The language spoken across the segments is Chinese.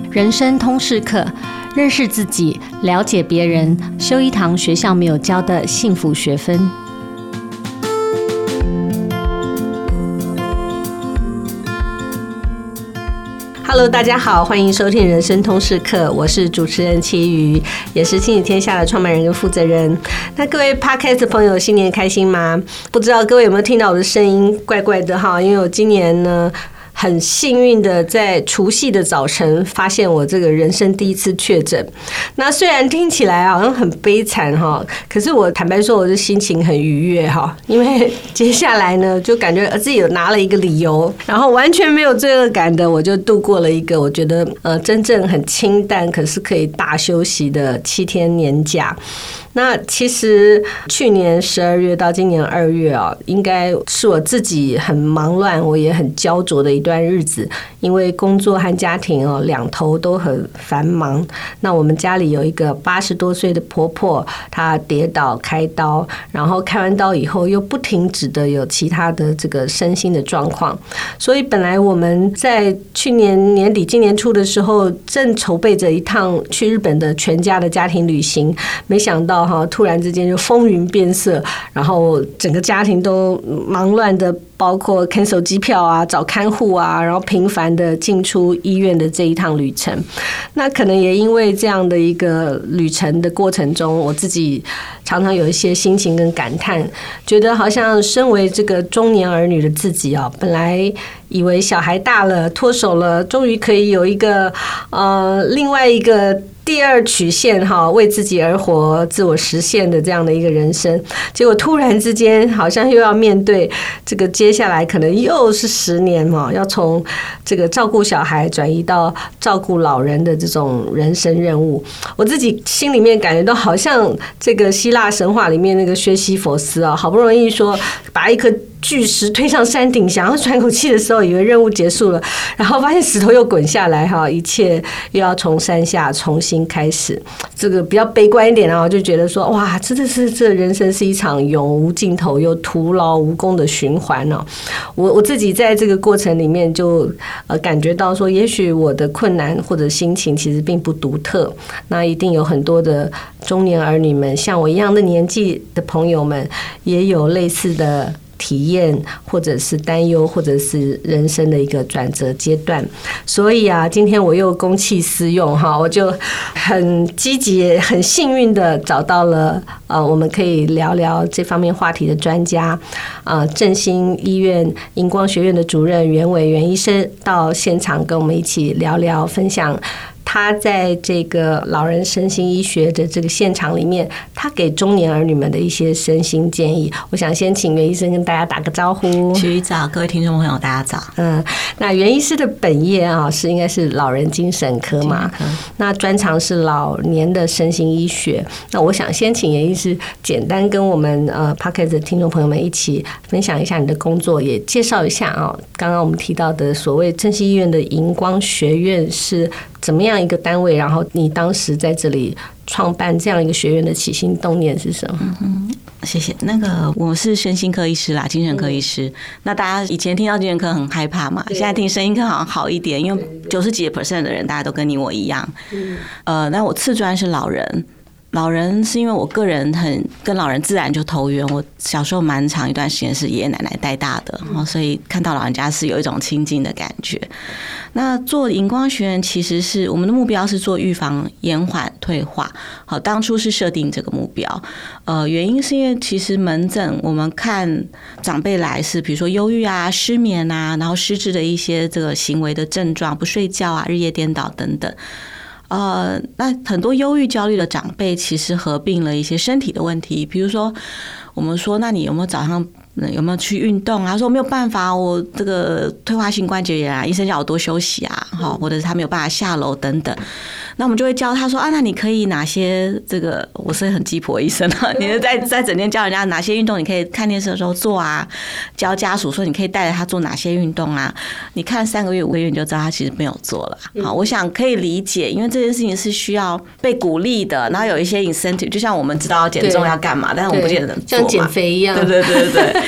人生通识课，认识自己，了解别人，修一堂学校没有教的幸福学分。Hello， 大家好，欢迎收听人生通识课，我是主持人齐瑜，也是亲子天下的创办人跟负责人。那各位 Podcast 的朋友，新年开心吗？不知道各位有没有听到我的声音怪怪的哈？因为我今年呢，很幸运的在除夕的早晨发现我这个人生第一次确诊。那虽然听起来好像很悲惨哈，可是我坦白说我的心情很愉悦哈，因为接下来呢就感觉自己有拿了一个理由，然后完全没有罪恶感的，我就度过了一个我觉得真正很清淡可是可以大休息的7天年假。那其实去年12月到今年2月啊，应该是我自己很忙乱，我也很焦灼的一段日子，因为工作和家庭哦两头都很繁忙。那我们家里有一个80多岁的婆婆，她跌倒开刀，然后开完刀以后又不停止的有其他的这个身心的状况，所以本来我们在去年年底今年初的时候正筹备着一趟去日本的全家的家庭旅行，没想到突然之间就风云变色，然后整个家庭都忙乱的，包括 cancel 机票啊，找看护啊，然后频繁的进出医院的这一趟旅程。那可能也因为这样的一个旅程的过程中，我自己常常有一些心情跟感叹，觉得好像身为这个中年儿女的自己啊，本来以为小孩大了脱手了，终于可以有一个另外一个第二曲线为自己而活自我实现的这样的一个人生，结果突然之间好像又要面对这个接下来可能又是10年要从这个照顾小孩转移到照顾老人的这种人生任务。我自己心里面感觉到好像这个希腊神话里面那个薛西弗斯好不容易说把一颗巨石推上山顶，想要喘口气的时候，以为任务结束了，然后发现石头又滚下来一切又要从山下重新开始。这个比较悲观一点就觉得说哇，真的是这人生是一场永无尽头又徒劳无功的循环我自己在这个过程里面就感觉到说，也许我的困难或者心情其实并不独特，那一定有很多的中年儿女们，像我一样的年纪的朋友们，也有类似的体验或者是担忧或者是人生的一个转折阶段。所以今天我又公器私用我就很积极很幸运的找到了我们可以聊聊这方面话题的专家振兴医院荧光学院的主任袁伟袁医生到现场跟我们一起聊聊分享他在这个老人身心医学的这个现场里面，他给中年儿女们的一些身心建议。我想先请袁医生跟大家打个招呼。 徐医早，各位听众朋友，大家早。 那袁医师的本业是应该是老人精神科嘛？那专长是老年的身心医学。那我想先请袁医师简单跟我们Podcast 的听众朋友们一起分享一下你的工作，也介绍一下刚刚我们提到的所谓振兴医院的荧光学院是怎么样一个单位，然后你当时在这里创办这样一个学院的起心动念是什么？ 谢谢。我是身心科医师啦，精神科医师。那大家以前听到精神科很害怕嘛，现在听身心科好像好一点，因为90几%的人大家都跟你我一样。那我次专是老人。老人是因为我个人很跟老人自然就投缘，我小时候蛮长一段时间是爷爷奶奶带大的，所以看到老人家是有一种亲近的感觉。那做荧光学院其实是我们的目标是做预防延缓退化，好，当初是设定这个目标。原因是因为其实门诊我们看长辈来是比如说忧郁啊、失眠啊，然后失智的一些这个行为的症状，不睡觉啊、日夜颠倒等等。那很多忧郁焦虑的长辈其实合并了一些身体的问题，比如说我们说那你有没有早上有没有去运动啊？他说没有办法，我这个退化性关节炎医生叫我多休息啊，或者是他没有办法下楼等等。那我们就会教他说那你可以哪些这个，我是很鸡婆医生你在整天教人家哪些运动你可以看电视的时候做啊，教家属说你可以带着他做哪些运动啊，你看3个月5个月你就知道他其实没有做了。好，我想可以理解，因为这件事情是需要被鼓励的，然后有一些 incentive， 就像我们知道要减重要干嘛，但是我们不见得能做嘛， 像减肥一样。 对。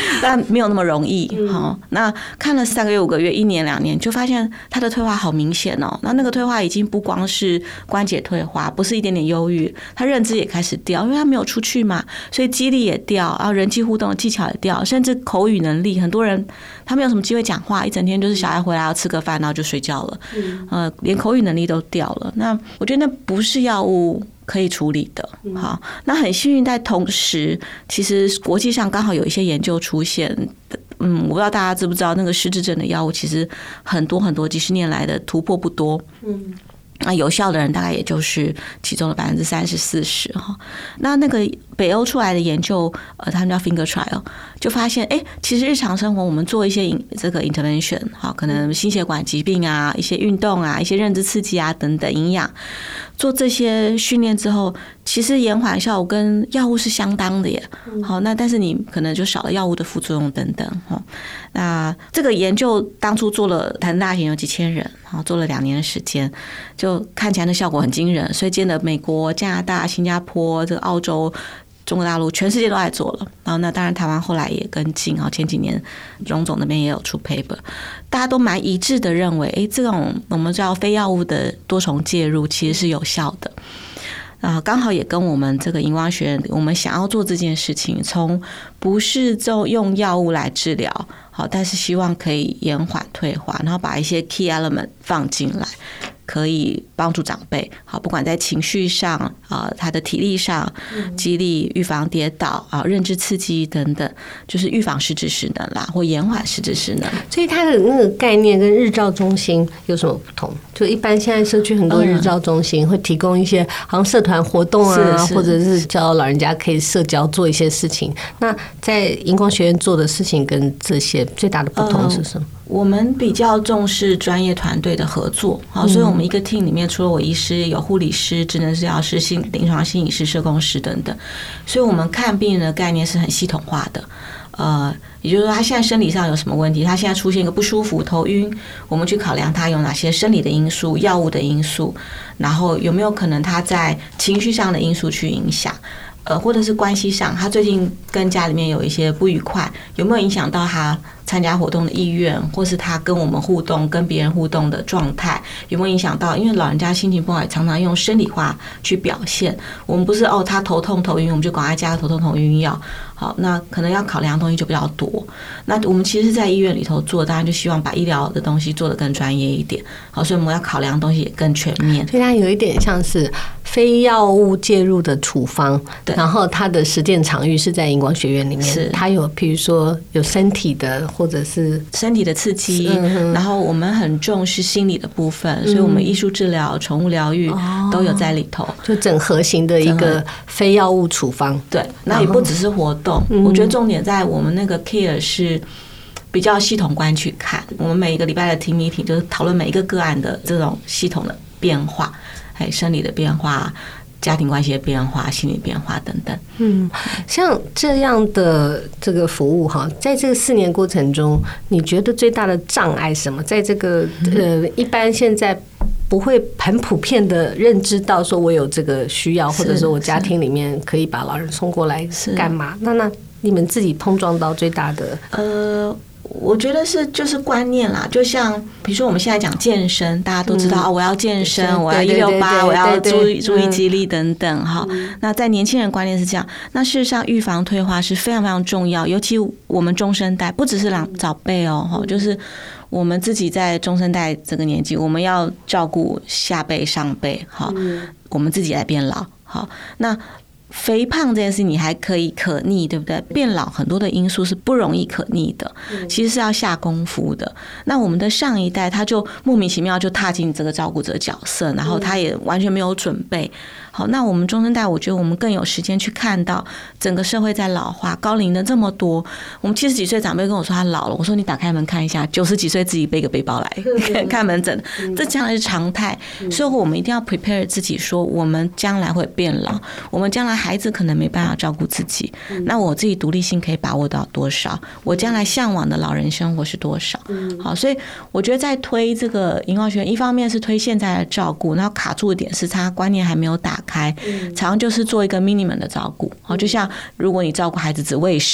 但没有那么容易。好，那看了3个月、5个月、1年、2年，就发现他的退化好明显哦。那个退化已经不光是关节退化，不是一点点忧郁，他认知也开始掉，因为他没有出去嘛，所以肌力也掉，然后人际互动的技巧也掉，甚至口语能力，很多人他没有什么机会讲话，一整天就是小孩回来要吃个饭，然后就睡觉了，连口语能力都掉了。那我觉得那不是药物可以处理的。好，那很幸运在同时，其实国际上刚好有一些研究出现。我不知道大家知不知道，那个失智症的药物其实很多很多几十年来的突破不多。那有效的人大概也就是其中的30%-40%哈。那个北欧出来的研究，他们叫 Finger Trial， 就发现，其实日常生活我们做一些这个 intervention， 哈，可能心血管疾病啊、一些运动啊、一些认知刺激啊等等，营养，做这些训练之后，其实延缓效果跟药物是相当的耶。好，那但是你可能就少了药物的副作用等等哈。那这个研究当初做了台大研有几千人，做了2年的时间，就看起来那效果很惊人，所以见了美国、加拿大、新加坡、这个澳洲、中国大陆，全世界都在做了。然后那当然台湾后来也跟进，前几年荣总那边也有出 paper， 大家都蛮一致的认为，这种我们叫非药物的多重介入其实是有效的。刚好也跟我们这个荧光学院，我们想要做这件事情，从不是就用药物来治疗，好，但是希望可以延缓退化，然后把一些 key element 放进来，可以帮助长辈，好，不管在情绪上他的体力上，肌力、预防跌倒认知刺激等等，就是预防失智失能啦，或延缓失智失能。 所以它的那个概念跟日照中心有什么不同？就一般现在社区很多日照中心会提供一些好像社团活动啊，或者是教老人家可以社交做一些事情。那在荧光学院做的事情跟这些最大的不同是什么？ 我们比较重视专业团队的合作，好，所以我们一个 team 里面除了我医师，有护理师、职能治疗师、临床心理师、社工师等等，所以我们看病人的概念是很系统化的。也就是说他现在生理上有什么问题，他现在出现一个不舒服、头晕，我们去考量他有哪些生理的因素、药物的因素，然后有没有可能他在情绪上的因素去影响，或者是关系上，他最近跟家里面有一些不愉快，有没有影响到他参加活动的意愿，或是他跟我们互动、跟别人互动的状态，有没有影响到？因为老人家心情不好，也常常用生理化去表现。我们不是他头痛头晕，我们就赶快加头痛头晕药。好，那可能要考量的东西就比较多。那我们其实是在医院里头做，当然就希望把医疗的东西做得更专业一点。好，所以我们要考量的东西也更全面。 所以它有一点像是非药物介入的处方，然后它的实践场域是在荧光学院里面。它有譬如说有身体的，或者是身体的刺激，然后我们很重视心理的部分，所以我们艺术治疗、宠物疗愈都有在里头， 就整合型的一个非药物处方。 对，那也不只是活动。我觉得重点在我们那个 care 是比较系统观去看，我们每一个礼拜的 team meeting 就是讨论每一个个案的这种系统的变化，还有生理的变化、家庭关系的变化、心理变化等等。 像这样的这个服务哈，在这个4年过程中，你觉得最大的障碍是什么？在这个一般现在不会很普遍的认知到说我有这个需要，或者说我家庭里面可以把老人送过来干嘛？那你们自己碰撞到最大的我觉得就是观念啦，就像比如说我们现在讲健身，大家都知道我要健身，我要168，我要注意肌力等等哈。那在年轻人观念是这样，那事实上预防退化是非常非常重要，尤其我们中生代，不只是长辈哦，就是我们自己在中生代这个年纪，我们要照顾下辈上辈，好，我们自己来变老，好，那肥胖这件事情你还可以可逆，对不对？变老很多的因素是不容易可逆的，其实是要下功夫的。那我们的上一代他就莫名其妙就踏进这个照顾者角色，然后他也完全没有准备。好，那我们中生代，我觉得我们更有时间去看到整个社会在老化，高龄的这么多。我们70几岁长辈跟我说他老了，我说你打开门看一下，90几岁自己背个背包来看门诊，这将来是常态。所以我们一定要 prepare 自己，说我们将来会变老，我们将来孩子可能没办法照顾自己，那我自己独立性可以把握到多少？我将来向往的老人生活是多少？好，所以我觉得在推这个荧光学院，一方面是推现在的照顾，然后卡住的点是他观念还没有打开，常常就是做一个 minimum 的照顾。好，就像如果你照顾孩子只喂食，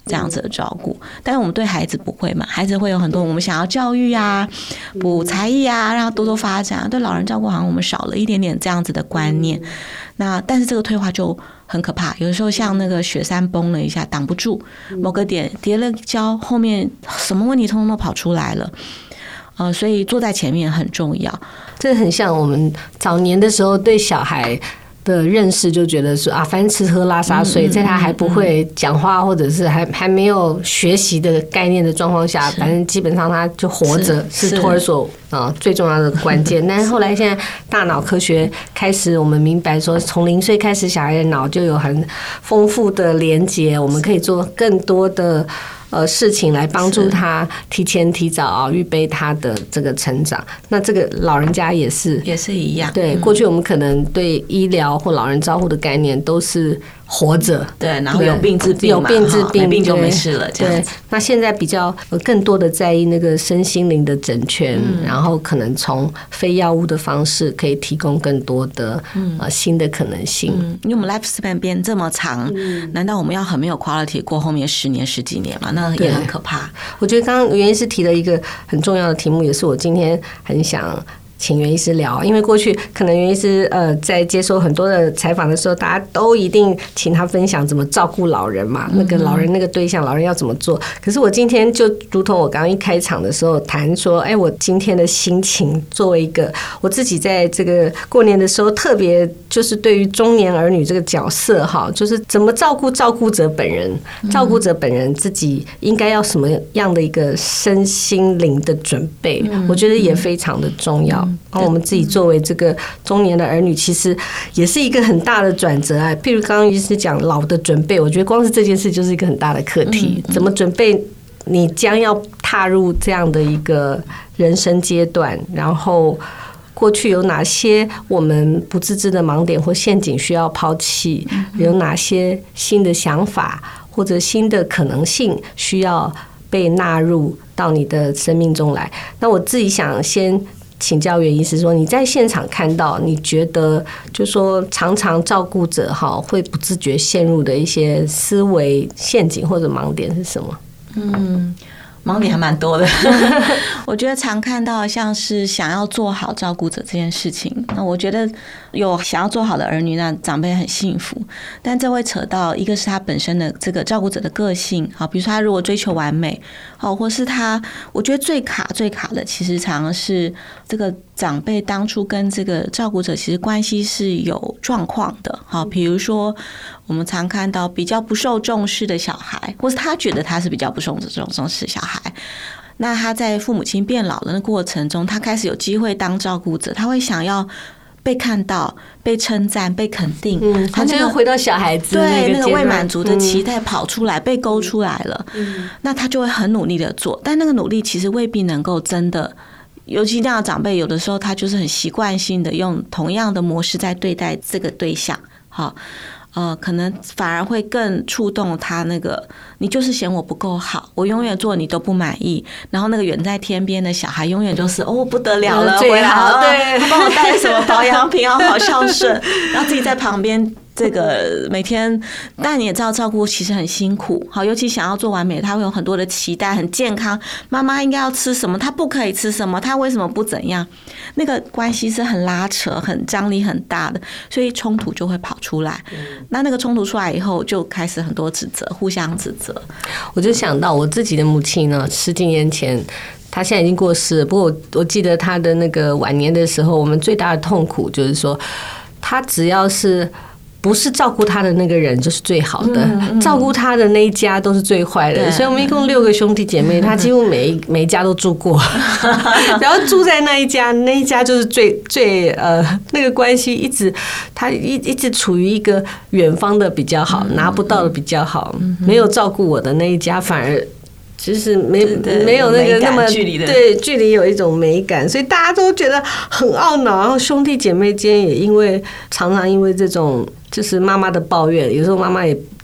这样子的照顾。但是我们对孩子不会嘛，孩子会有很多我们想要教育啊、补才艺啊，让他多多发展。对老人照顾好像我们少了一点点这样子的观念。那但是这个退化就很可怕，有的时候像那个雪山崩了一下，挡不住，某个点跌了跤，后面什么问题通通都跑出来了。所以坐在前面很重要。 这很像我们早年的时候对小孩的认识，就觉得说啊，反正吃喝拉撒睡，在他还不会讲话或者是还没有学习的概念的状况下，反正基本上他就活着是托儿所最重要的关键。但是后来现在大脑科学开始，我们明白说，从0岁开始，小孩的脑就有很丰富的连结，我们可以做更多的事情来帮助他提前提早预备他的这个成长。那这个老人家也是一样。 对，过去我们可能对医疗或老人照护的概念都是活着， 对，然后有病治病嘛，有病治病，没病就没事了。这样子。 那现在比较更多的在意那个身心灵的整全，然后可能从非药物的方式可以提供更多的新的可能性。 因为我们 lifespan 变这么长，难道我们要很没有 quality 过后面10年10几年吗？那也很可怕。 我觉得刚刚袁医师提了一个很重要的题目，也是我今天很想请袁医师聊，因为过去可能袁医师在接受很多的采访的时候，大家都一定请他分享怎么照顾老人嘛，那个老人那个对象，老人要怎么做。可是我今天就如同我刚刚一开场的时候谈说，哎，我今天的心情作为一个我自己在这个过年的时候，特别就是对于中年儿女这个角色哈，就是怎么照顾照顾者本人，照顾者本人自己应该要什么样的一个身心灵的准备，我觉得也非常的重要。然后我们自己作为这个中年的儿女，其实也是一个很大的转折啊。譬如刚刚医师讲老的准备，我觉得光是这件事就是一个很大的课题。怎么准备你将要踏入这样的一个人生阶段，然后过去有哪些我们不自知的盲点或陷阱需要抛弃，有哪些新的想法或者新的可能性需要被纳入到你的生命中来。那我自己想先请教袁医师说，你在现场看到，你觉得就说常常照顾者会不自觉陷入的一些思维陷阱或者盲点是什么？ 盲点还蛮多的。我觉得常看到像是想要做好照顾者这件事情，那我觉得有想要做好的儿女，那长辈很幸福，但这会扯到一个是他本身的这个照顾者的个性，好，比如说他如果追求完美，好，或是他，我觉得最卡的其实常常是这个长辈当初跟这个照顾者其实关系是有状况的，好，比如说我们常看到比较不受重视的小孩，或是他觉得他是比较不受重视小孩，那他在父母亲变老的那过程中，他开始有机会当照顾者，他会想要被看到、被称赞、被肯定， 他就又回到小孩子对那个未满足的期待跑出来，被勾出来了，那他就会很努力的做，但那个努力其实未必能够真的。尤其这样的长辈，有的时候他就是很习惯性的用同样的模式在对待这个对象，好。可能反而会更触动他那个，你就是嫌我不够好，我永远做你都不满意，然后那个远在天边的小孩永远就是不得了了， 最好，对， 他帮我带什么保养品，好孝顺，然后自己在旁边。这个每天，但你也知道照顾其实很辛苦，好，尤其想要做完美，他会有很多的期待，很健康。妈妈应该要吃什么，他不可以吃什么，他为什么不怎样？那个关系是很拉扯、很张力很大的，所以冲突就会跑出来。那个冲突出来以后，就开始很多指责，互相指责。 我就想到我自己的母亲呢，10几年前。他现在已经过世了，不过我记得他的那个晚年的时候，我们最大的痛苦就是说，他只要是不是照顾他的那个人就是最好的，照顾他的那一家都是最坏的。所以我们一共6个兄弟姐妹，他几乎每一家都住过，然后住在那一家就是最那个关系他一直处于一个远方的比较好，拿不到的比较好，没有照顾我的那一家反而。就是没有那个那么对距离有一种美感，所以大家都觉得很懊恼。然后兄弟姐妹间也常常因为这种就是妈妈的抱怨，有时候妈妈也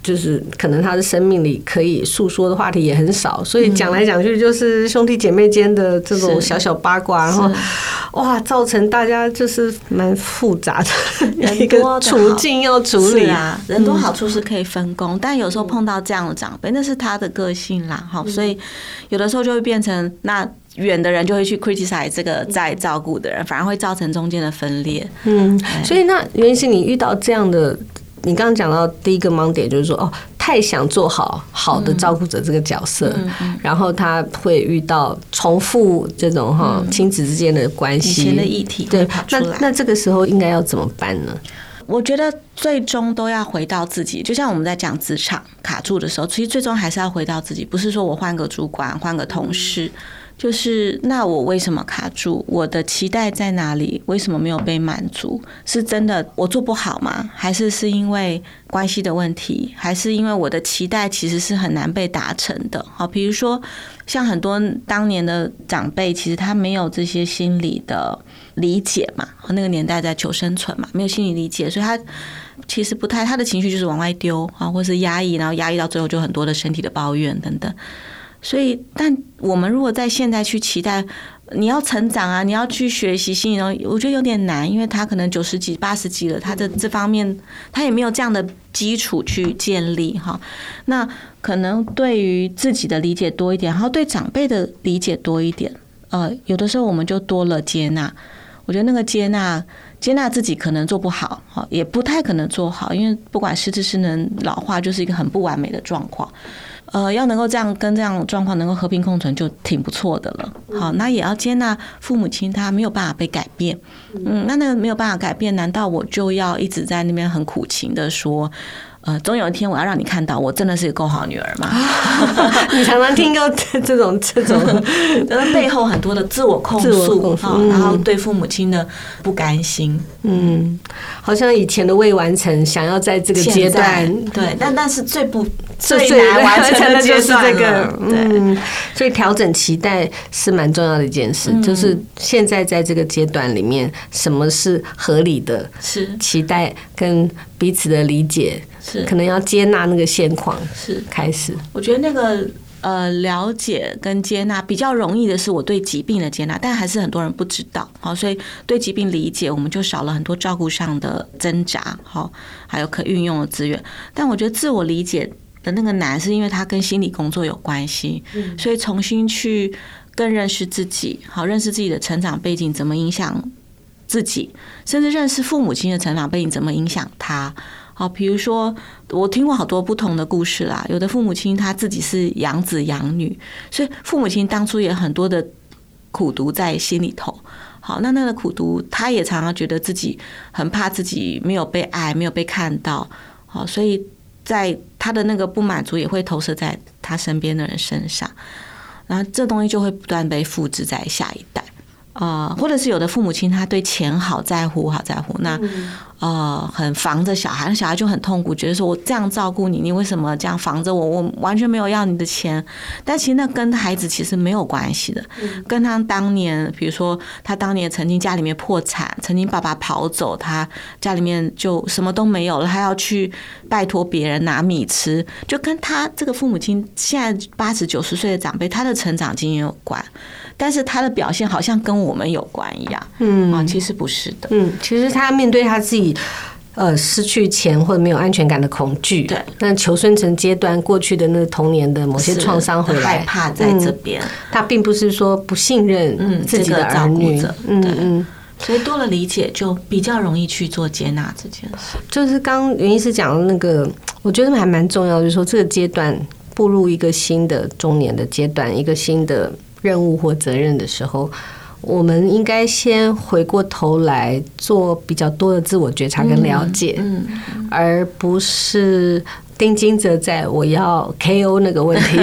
就是可能他的生命里可以诉说的话题也很少，所以讲来讲去就是兄弟姐妹间的这种小小八卦，然后哇，造成大家就是蛮复杂的一个处境要处理。 是啊，人多好处是可以分工，但有时候碰到这样的长辈，那是他的个性啦，所以有的时候就会变成那远的人就会去 criticize 这个在照顾的人，反而会造成中间的分裂。 所以那原因是你遇到这样的，你刚刚讲到第一个盲点就是说，太想做好的照顾者这个角色，然后他会遇到重复这种亲子之间的关系， 以前的议题会跑出来。 那这个时候应该要怎么办呢？ 我觉得最终都要回到自己，就像我们在讲职场卡住的时候，其实最终还是要回到自己，不是说我换个主管换个同事，就是那我为什么卡住？我的期待在哪里？为什么没有被满足？是真的我做不好吗？还是因为关系的问题？还是因为我的期待其实是很难被达成的？好，比如说像很多当年的长辈，其实他没有这些心理的理解嘛，那个年代在求生存嘛，没有心理理解，所以他其实不太，他的情绪就是往外丢啊，或是压抑，然后压抑到最后就很多的身体的抱怨等等。所以，但我们如果在现在去期待你要成长啊，你要去学习心理，我觉得有点难，因为他可能90几、80几了，他的这方面他也没有这样的基础去建立哈。那可能对于自己的理解多一点，然后对长辈的理解多一点。有的时候我们就多了接纳。我觉得那个接纳自己可能做不好，也不太可能做好，因为不管失智失能老化就是一个很不完美的状况。要能够这样跟这样的状况能够和平共存就挺不错的了。好，那也要接纳父母亲他没有办法被改变。那个没有办法改变，难道我就要一直在那边很苦情的说总有一天我要让你看到我真的是一个够好女儿吗？ 你常常听到这种背后很多的自我控诉，然后对父母亲的不甘心。 好像以前的未完成，想要在这个阶段， 对，但是最难完成的就是这个。 所以调整期待是蛮重要的一件事，就是现在在这个阶段里面，什么是合理的期待跟彼此的理解，是可能要接纳那个现况，是开始。 我觉得那个了解跟接纳比较容易的是我对疾病的接纳，但还是很多人不知道，所以对疾病理解，我们就少了很多照顾上的挣扎，还有可运用的资源。但我觉得自我理解的那个难，是因为它跟心理工作有关系，所以重新去更认识自己，认识自己的成长背景怎么影响自己，甚至认识父母亲的成长背景怎么影响他。好，比如说我听过好多不同的故事啦，有的父母亲他自己是养子养女，所以父母亲当初也很多的苦毒在心里头。好，那个苦毒，他也常常觉得自己很怕自己没有被爱，没有被看到。好，所以在他的那个不满足也会投射在他身边的人身上，然后这东西就会不断被复制在下一代。或者是有的父母亲他对钱好在乎，那很防着小孩，小孩就很痛苦，觉得说我这样照顾你，你为什么这样防着我？我完全没有要你的钱。但其实那跟孩子其实没有关系的，跟他当年，比如说他当年曾经家里面破产，曾经爸爸跑走，他家里面就什么都没有了，他要去拜托别人拿米吃，就跟他这个父母亲现在80、90岁的长辈，他的成长经验有关。但是他的表现好像跟我们有关一样，其实不是的。 其实他面对他自己失去钱或者没有安全感的恐惧，对，那求生存阶段过去的那个童年的某些创伤回来， 害怕在这边， 他并不是说不信任自己的儿女， 所以多了理解，就比较容易去做接纳这件事。 就是刚袁医师讲的那个，我觉得还蛮重要，就是说这个阶段步入一个新的中年的阶段，一个新的任务或责任的时候，我们应该先回过头来做比较多的自我觉察跟了解，而不是盯紧着在我要 KO 那个问题。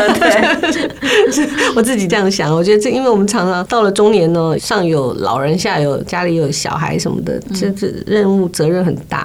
我自己这样想，我觉得这因为我们常常到了中年呢，上有老人，下有家里有小孩什么的，这任务责任很大。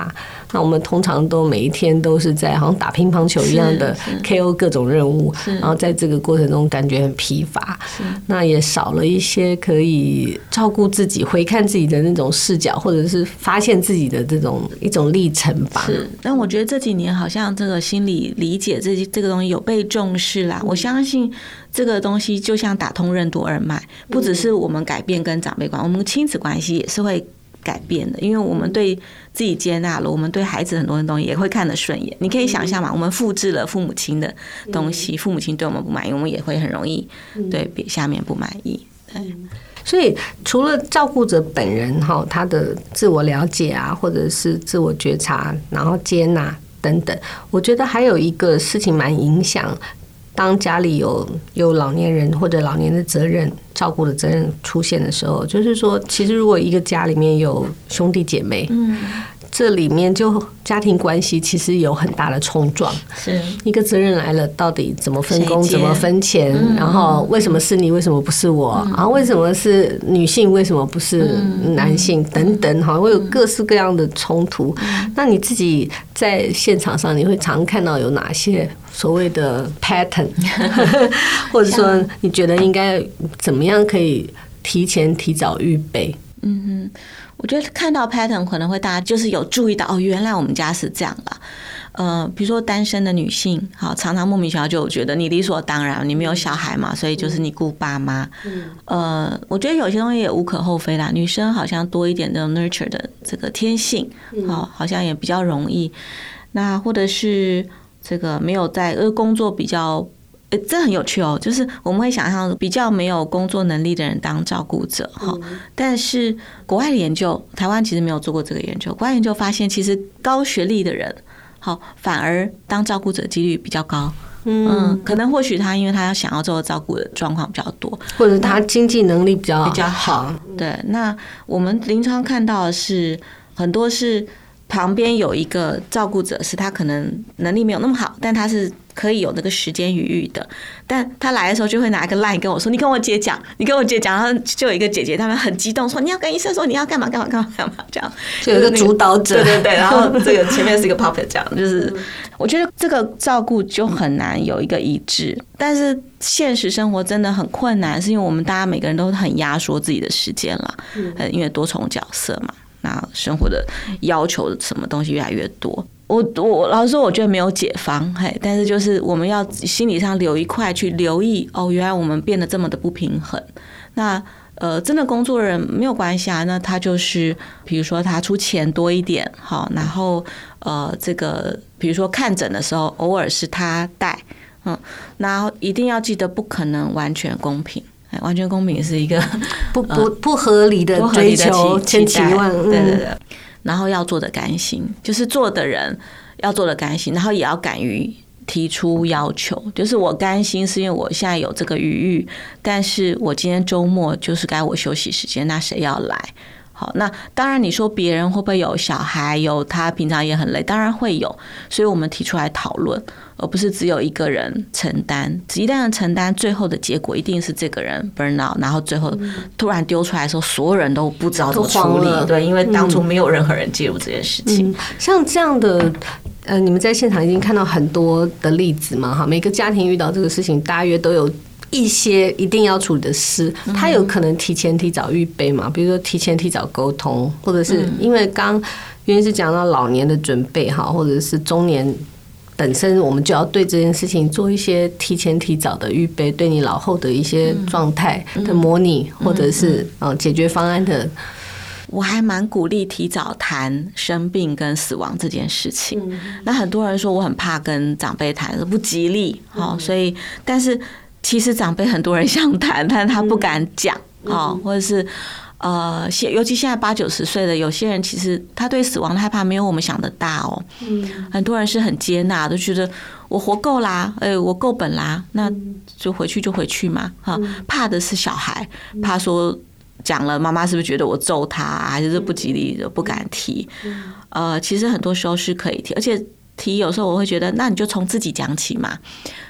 那我们通常都每一天都是在好像打乒乓球一样的 KO 各种任务，然后在这个过程中感觉很疲乏，那也少了一些可以照顾自己、回看自己的那种视角，或者是发现自己的这种一种历程吧。 是，但我觉得这几年好像这个心理理解这个东西有被重视啦。我相信这个东西就像打通任督二脉，不只是我们改变跟长辈关系，我们亲子关系也是会改变的，因为我们对自己接纳了，我们对孩子很多的东西也会看得顺眼。你可以想象嘛，我们复制了父母亲的东西，父母亲对我们不满意，我们也会很容易对下面不满意。对。 所以除了照顾者本人他的自我了解啊，或者是自我觉察，然后接纳等等，我觉得还有一个事情蛮影响，当家里有老年人或者老年的责任照顾的责任出现的时候，就是说其实如果一个家里面有兄弟姐妹，这里面就家庭关系其实有很大的冲撞，是一个责任来了，到底怎么分工，怎么分钱，然后为什么是你，为什么不是我，然后为什么是女性，为什么不是男性等等，会有各式各样的冲突。那你自己在现场上，你会常看到有哪些所谓的 pattern， 或者说你觉得应该怎么样可以提早预备？ 我觉得看到 pattern 可能会大家就是有注意到原来我们家是这样啦。比如说单身的女性，好，常常莫名其妙就觉得你理所当然，你没有小孩嘛，所以就是你顾爸妈。我觉得有些东西也无可厚非啦，女生好像多一点这种 nurture 的这个天性，好像也比较容易。那或者是这个没有在工作比较。这很有趣哦，就是我们会想象比较没有工作能力的人当照顾者但是国外的研究，台湾其实没有做过这个研究。国外研究发现，其实高学历的人反而当照顾者几率比较高。可能或许他因为他想要做照顾的状况比较多， 或者他经济能力比较好。 对，那我们临床看到的是很多是旁边有一个照顾者，是他可能能力没有那么好，但他是可以有那个时间余裕的，但他来的时候就会拿一个 line 跟我说：“你跟我姐讲，你跟我姐讲。”然后就有一个姐姐，他们很激动说：“你要跟医生说你要干嘛干嘛干嘛干嘛。”这样就有一个主导者， 对。然后这个前面是一个 puppet， 这样就是我觉得这个照顾就很难有一个一致，但是现实生活真的很困难，是因为我们大家每个人都很压缩自己的时间了，因为多重角色嘛。那生活的要求什么东西越来越多，我老实说，我觉得没有解方，但是就是我们要心理上留一块去留意，原来我们变得这么的不平衡。那真的工作人没有关系啊，那他就是比如说他出钱多一点，好，然后这个比如说看诊的时候偶尔是他带，然后一定要记得不可能完全公平。完全公平是一个不合理的追求，千期望， 对。然后要做的甘心，就是做的人要做的甘心，然后也要敢于提出要求。就是我甘心是因为我现在有这个余裕，但是我今天周末就是该我休息时间，那谁要来？好，那当然你说别人会不会有小孩，有他平常也很累，当然会有，所以我们提出来讨论，而不是只有一个人承担。一旦承担，最后的结果一定是这个人 burn out， 然后最后突然丢出来的时候，所有人都不知道怎么处理。对，因为当初没有任何人介入这件事情。 像这样的。你们在现场已经看到很多的例子嘛？哈，每个家庭遇到这个事情，大约都有一些一定要处理的事，他有可能提早预备嘛？比如说提早沟通，或者是因为刚原因是讲到老年的准备哈，或者是中年本身，我们就要对这件事情做一些提早的预备，对你老后的一些状态的模拟，或者是解决方案的。 我还蛮鼓励提早谈生病跟死亡这件事情。那很多人说我很怕跟长辈谈，不吉利，所以但是其实长辈很多人想谈，但他不敢讲，或者是尤其现在80-90岁的有些人，其实他对死亡的害怕没有我们想的大哦。很多人是很接纳，都觉得我活够啦，我够本啦，那就回去嘛。怕的是小孩，怕说。讲了，妈妈是不是觉得我揍他，还是不吉利的，不敢提？其实很多时候是可以提，而且提有时候我会觉得，那你就从自己讲起嘛。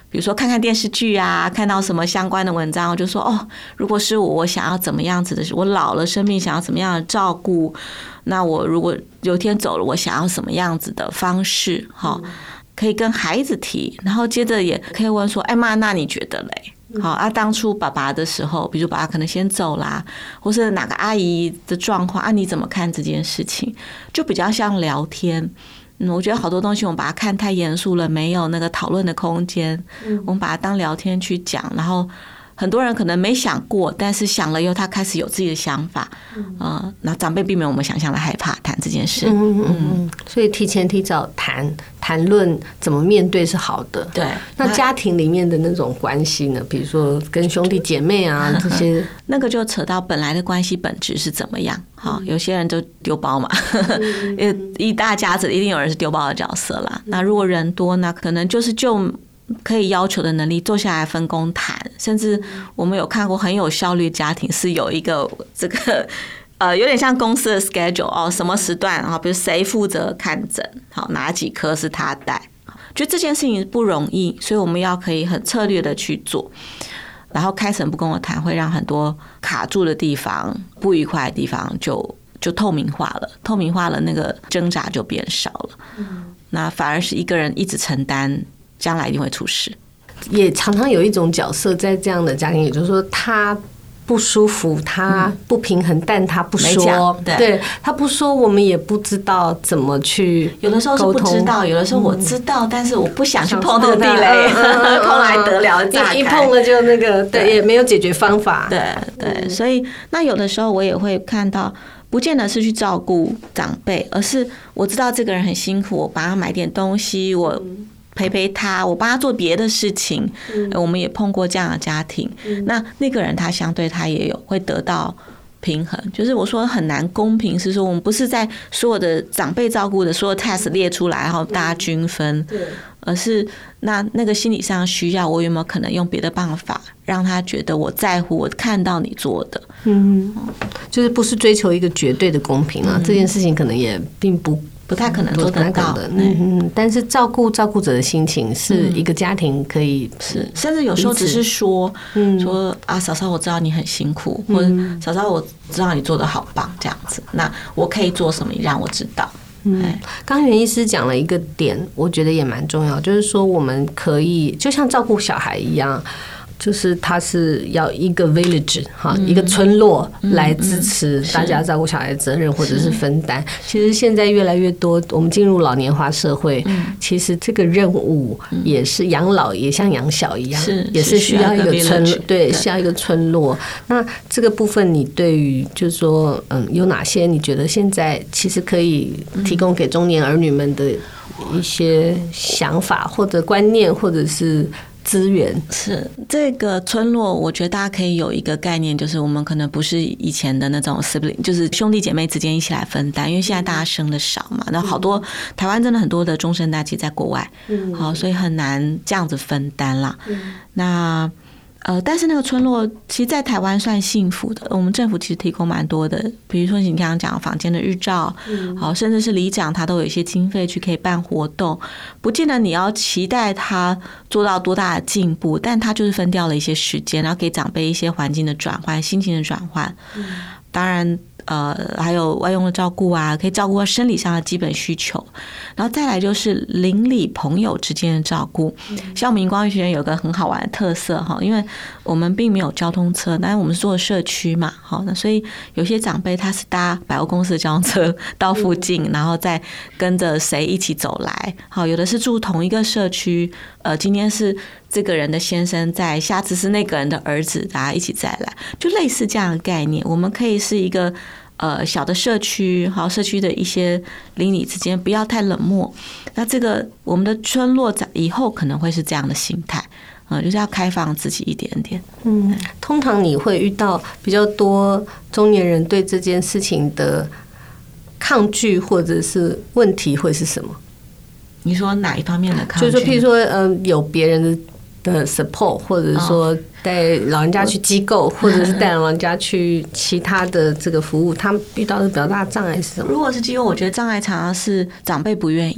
比如说看看电视剧啊，看到什么相关的文章，我就说哦，如果是我想要怎么样子的，我老了生病想要怎么样的照顾，那我如果有一天走了，我想要什么样子的方式，可以跟孩子提，然后接着也可以问说，哎妈，那你觉得嘞？好啊，当初爸爸的时候，比如爸爸可能先走啦，或是哪个阿姨的状况啊，你怎么看这件事情？就比较像聊天。我觉得好多东西我们把它看太严肃了，没有那个讨论的空间。我们把它当聊天去讲，然后很多人可能没想过，但是想了以后，他开始有自己的想法。那长辈并没有我们想象的害怕谈这件事。 所以提早谈论怎么面对是好的。 对， 那家庭里面的那种关系呢？比如说跟兄弟姐妹啊这些， 那个就扯到本来的关系本质是怎么样。有些人就丢包嘛，一大家子一定有人是丢包的角色啦。那如果人多，那可能就可以要求的能力坐下来分工谈，甚至我们有看过很有效率家庭是有一个这个有点像公司的 schedule 什么时段比如谁负责看诊，哪几科是他带，就这件事情不容易，所以我们要可以很策略的去做。然后开诚布公的谈，会让很多卡住的地方、不愉快的地方就透明化了，透明化了，那个挣扎就变少了。那反而是一个人一直承担，将来一定会出事。 也常常有一种角色在这样的家庭，也就是说他不舒服，他不平衡，但他不说，对他不说，我们也不知道怎么去。 有的时候是不知道，有的时候我知道，但是我不想去碰那个地雷，碰来得了炸开， 一碰了就那个，对，也没有解决方法。 对，所以那有的时候我也会看到，不见得是去照顾长辈，而是我知道这个人很辛苦，我帮他买点东西，我陪他，我帮他做别的事情。我们也碰过这样的家庭。那个人他相对他也有会得到平衡，就是我说很难公平，是说我们不是在所有的长辈照顾的所有 task 列出来，然后大家均分，而是那个心理上需要，我有没有可能用别的办法让他觉得我在乎，我看到你做的。 就是不是追求一个绝对的公平啊，这件事情可能也并不太可能做得到的。但是照顾者的心情是一个家庭可以是，甚至有时候只是说啊，嫂嫂我知道你很辛苦，或者嫂嫂我知道你做得好棒，这样子，那我可以做什么，你让我知道。 刚袁医师讲了一个点，我觉得也蛮重要，就是说我们可以就像照顾小孩一样。就是他是要一个 village 一个村落来支持大家照顾小孩的责任或者是分担。其实现在越来越多，我们进入老年化社会，其实这个任务也是养老，也像养小一样，也是需要一个村落，对，需要一个村落。那这个部分，你对于就是说，有哪些你觉得现在其实可以提供给中年儿女们的一些想法或者观念，或者是资源？ 是这个村落，我觉得大家可以有一个概念，就是我们可能不是以前的那种 sibling， 就是兄弟姐妹之间一起来分担，因为现在大家生的少嘛，那好多台湾真的很多的中生代其实在国外，好，所以很难这样子分担啦。那但是那个村落其实在台湾算幸福的，我们政府其实提供蛮多的，比如说你刚刚讲坊间的日照，好，甚至是里长他都有一些经费去可以办活动，不见得你要期待他做到多大的进步，但他就是分掉了一些时间，然后给长辈一些环境的转换、心情的转换。当然还有外佣的照顾啊，可以照顾到生理上的基本需求，然后再来就是邻里朋友之间的照顾。像我们荧光医学院有个很好玩的特色哈，因为我们并没有交通车，但是我们是做社区嘛，好，那所以有些长辈他是搭百货公司的交通车到附近，然后再跟着谁一起走来，好，有的是住同一个社区，今天是这个人的先生在，下次是那个人的儿子，大家一起再来，就类似这样的概念。我们可以是一个小的社区，好，社区的一些邻里之间不要太冷漠。那这个我们的村落在以后可能会是这样的心态，就是要开放自己一点点。 通常你会遇到比较多中年人对这件事情的抗拒或者是问题会是什么？ 你说哪一方面的抗拒？ 就是譬如说，有别人的 support， 或者说带老人家去机构，或者是带老人家去其他的这个服务，他们遇到的比较大的障碍是什么？ 如果是机构，我觉得障碍常常是长辈不愿意。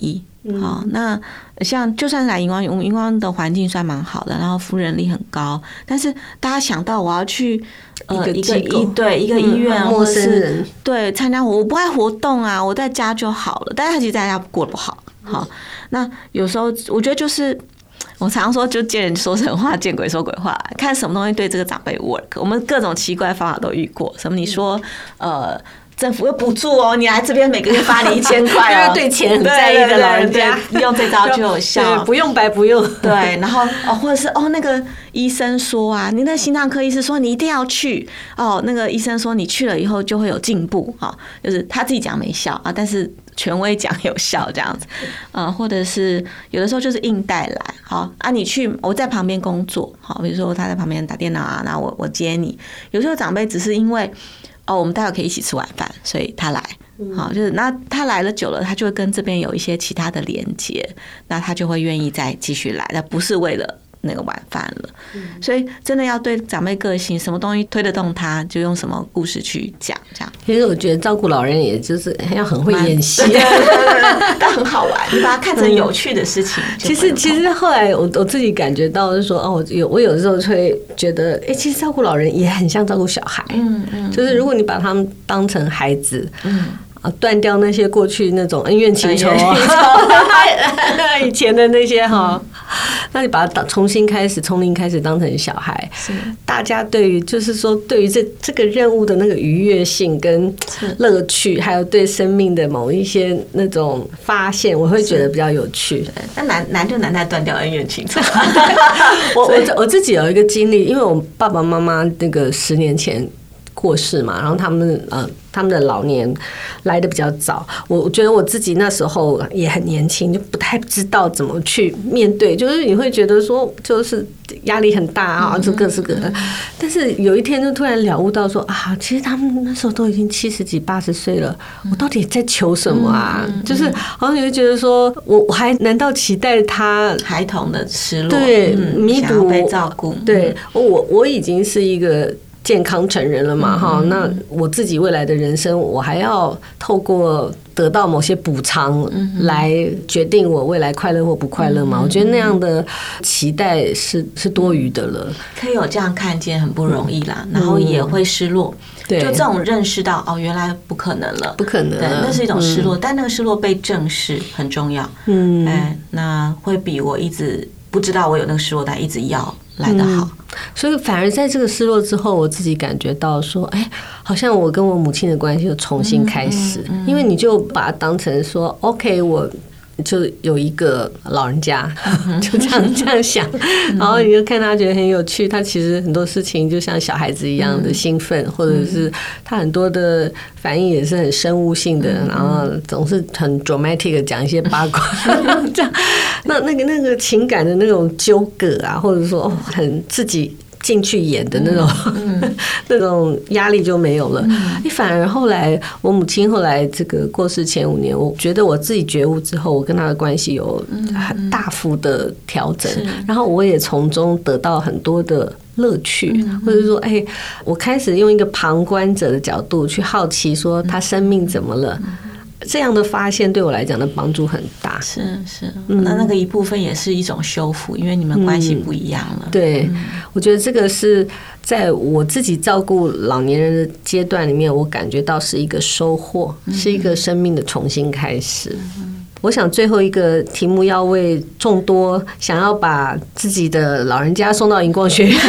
好，那像就算是来荧光，我们荧光的环境算蛮好的，然后服务人力很高，但是大家想到我要去一个医院， 陌生人， 对，参加我不爱活动啊，我在家就好了，但是他其实在家过得不好。好，那有时候我觉得就是我常说，就见人说人话，见鬼说鬼话，看什么东西对这个长辈 work， 我们各种奇怪方法都遇过。什么你说政府有补助哦，你来这边每个月发你1000块哦， 对钱很在意的老人家， 用这招就有效， 不用白不用。 对，然后或者是那个医生说啊，你那心脏科医师说你一定要去那个医生说你去了以后就会有进步就是他自己讲没效啊，但是权威讲有效这样子，或者是有的时候就是硬带来，你去我在旁边工作，比如说他在旁边打电脑啊，然后我接你，有时候长辈只是因为我们待会可以一起吃晚饭，所以他来，就是那他来了久了，他就会跟这边有一些其他的连接，那他就会愿意再继续来，那不是为了那个晚饭了。所以真的要对长辈个性，什么东西推得动他，就用什么故事去讲，这样。 其实我觉得照顾老人，也就是要很会演戏， 但很好玩，你把它看成有趣的事情。 其实后来我自己感觉到是说，我有的时候会觉得，其实照顾老人也很像照顾小孩，就是如果你把他们当成孩子，断掉那些过去那种恩怨情仇以前的那些那你把它从零开始当成小孩，大家对于就是说对于这个任务的那个愉悦性跟乐趣，还有对生命的某一些那种发现，我会觉得比较有趣。 但难就难在断掉恩怨情仇。 我自己有一个经历，因为我爸爸妈妈那个10年前过世嘛，然后他们的老年来的比较早，我觉得我自己那时候也很年轻，就不太知道怎么去面对，就是你会觉得说就是压力很大啊，这各式各的。但是有一天就突然了悟到说其实他们那时候都已经70几80岁了，我到底在求什么啊？就是好像你会觉得说我还难道期待他孩童的失落， 对，弥补被照顾， 对，我已经是一个健康成人了嘛，那我自己未来的人生，我还要透过得到某些补偿来决定我未来快乐或不快乐吗？我觉得那样的期待是多余的了。 可以有这样看见很不容易啦，然后也会失落。就这种认识到原来不可能了， 不可能， 对，那是一种失落，但那个失落被正视很重要。那会比我一直不知道我有那个失落，但一直要来得好。 所以反而在这个失落之后，我自己感觉到说，好像我跟我母亲的关系又重新开始，因为你就把它当成说 OK， 我就有一个老人家，就这样想，然后你就看他觉得很有趣，他其实很多事情就像小孩子一样的兴奋，或者是他很多的反应也是很生物性的，然后总是很 dramatic 的讲一些八卦，这样，那个情感的那种纠葛啊，或者说很自己进去演的那种那种压力就没有了。反而后来我母亲后来这个过世前5年，我觉得我自己觉悟之后，我跟她的关系有很大幅的调整，然后我也从中得到很多的乐趣，或者说我开始用一个旁观者的角度去好奇说她生命怎么了，这样的发现对我来讲的帮助很大。 是，那个一部分也是一种修复，因为你们关系不一样了。 对，我觉得这个是在我自己照顾老年人的阶段里面，我感觉到是一个收获，是一个生命的重新开始。我想最后一个题目要为众多想要把自己的老人家送到荧光学院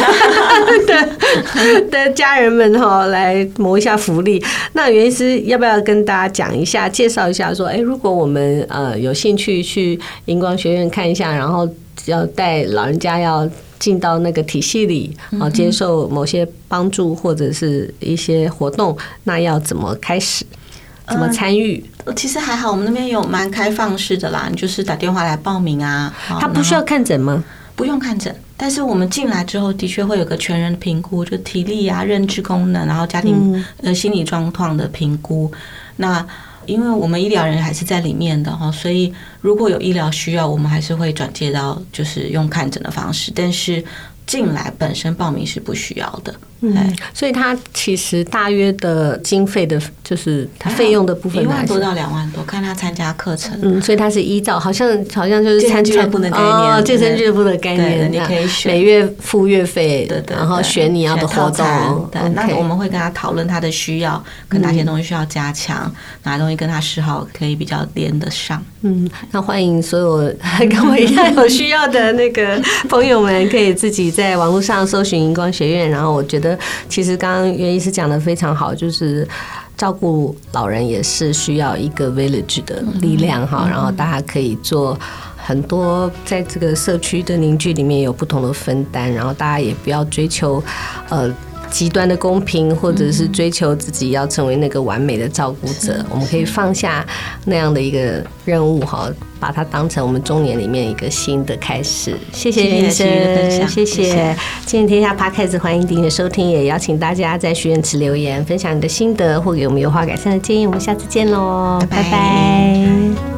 的家人们来谋一下福利。那袁医师要不要跟大家讲一下，介绍一下说，如果我们有兴趣去荧光学院看一下，然后要带老人家要进到那个体系里，接受某些帮助或者是一些活动，那要怎么开始？怎么参与？ 其实还好，我们那边有蛮开放式的啦，你就是打电话来报名啊。 他不需要看诊吗？ 不用看诊，但是我们进来之后的确会有个全人评估，就体力啊、认知功能，然后家庭心理状况的评估。那因为我们医疗人员还是在里面的哈，所以如果有医疗需要，我们还是会转介到就是用看诊的方式，但是进来本身报名是不需要的。 所以它其实大约的经费的，就是它费用的部分 1万多到2万多，看他参加课程。 所以它是依照好像就是健身俱乐部的概念， 健身俱乐部的概念， 你可以选每月付月费， 对， 然后选你要的活动。 对，那我们会跟他讨论他的需要，跟哪些东西需要加强，哪些东西跟他嗜好可以比较连得上。 那欢迎所有跟我一样有需要的那个朋友们，可以自己在网络上搜寻荧光学院。然后我觉得，其实刚刚袁医师讲的非常好，就是照顾老人也是需要一个 village 的力量哈。然后大家可以做很多，在这个社区的凝聚里面有不同的分担，然后大家也不要追求极端的公平，或者是追求自己要成为那个完美的照顾者。我们可以放下那样的一个任务哈，把它当成我们中年里面一个新的开始。谢谢袁医生，谢谢。今天天下 Podcast 欢迎订阅收听，也邀请大家在许愿池留言，分享你的心得或给我们优化改善的建议。我们下次见喽，拜拜。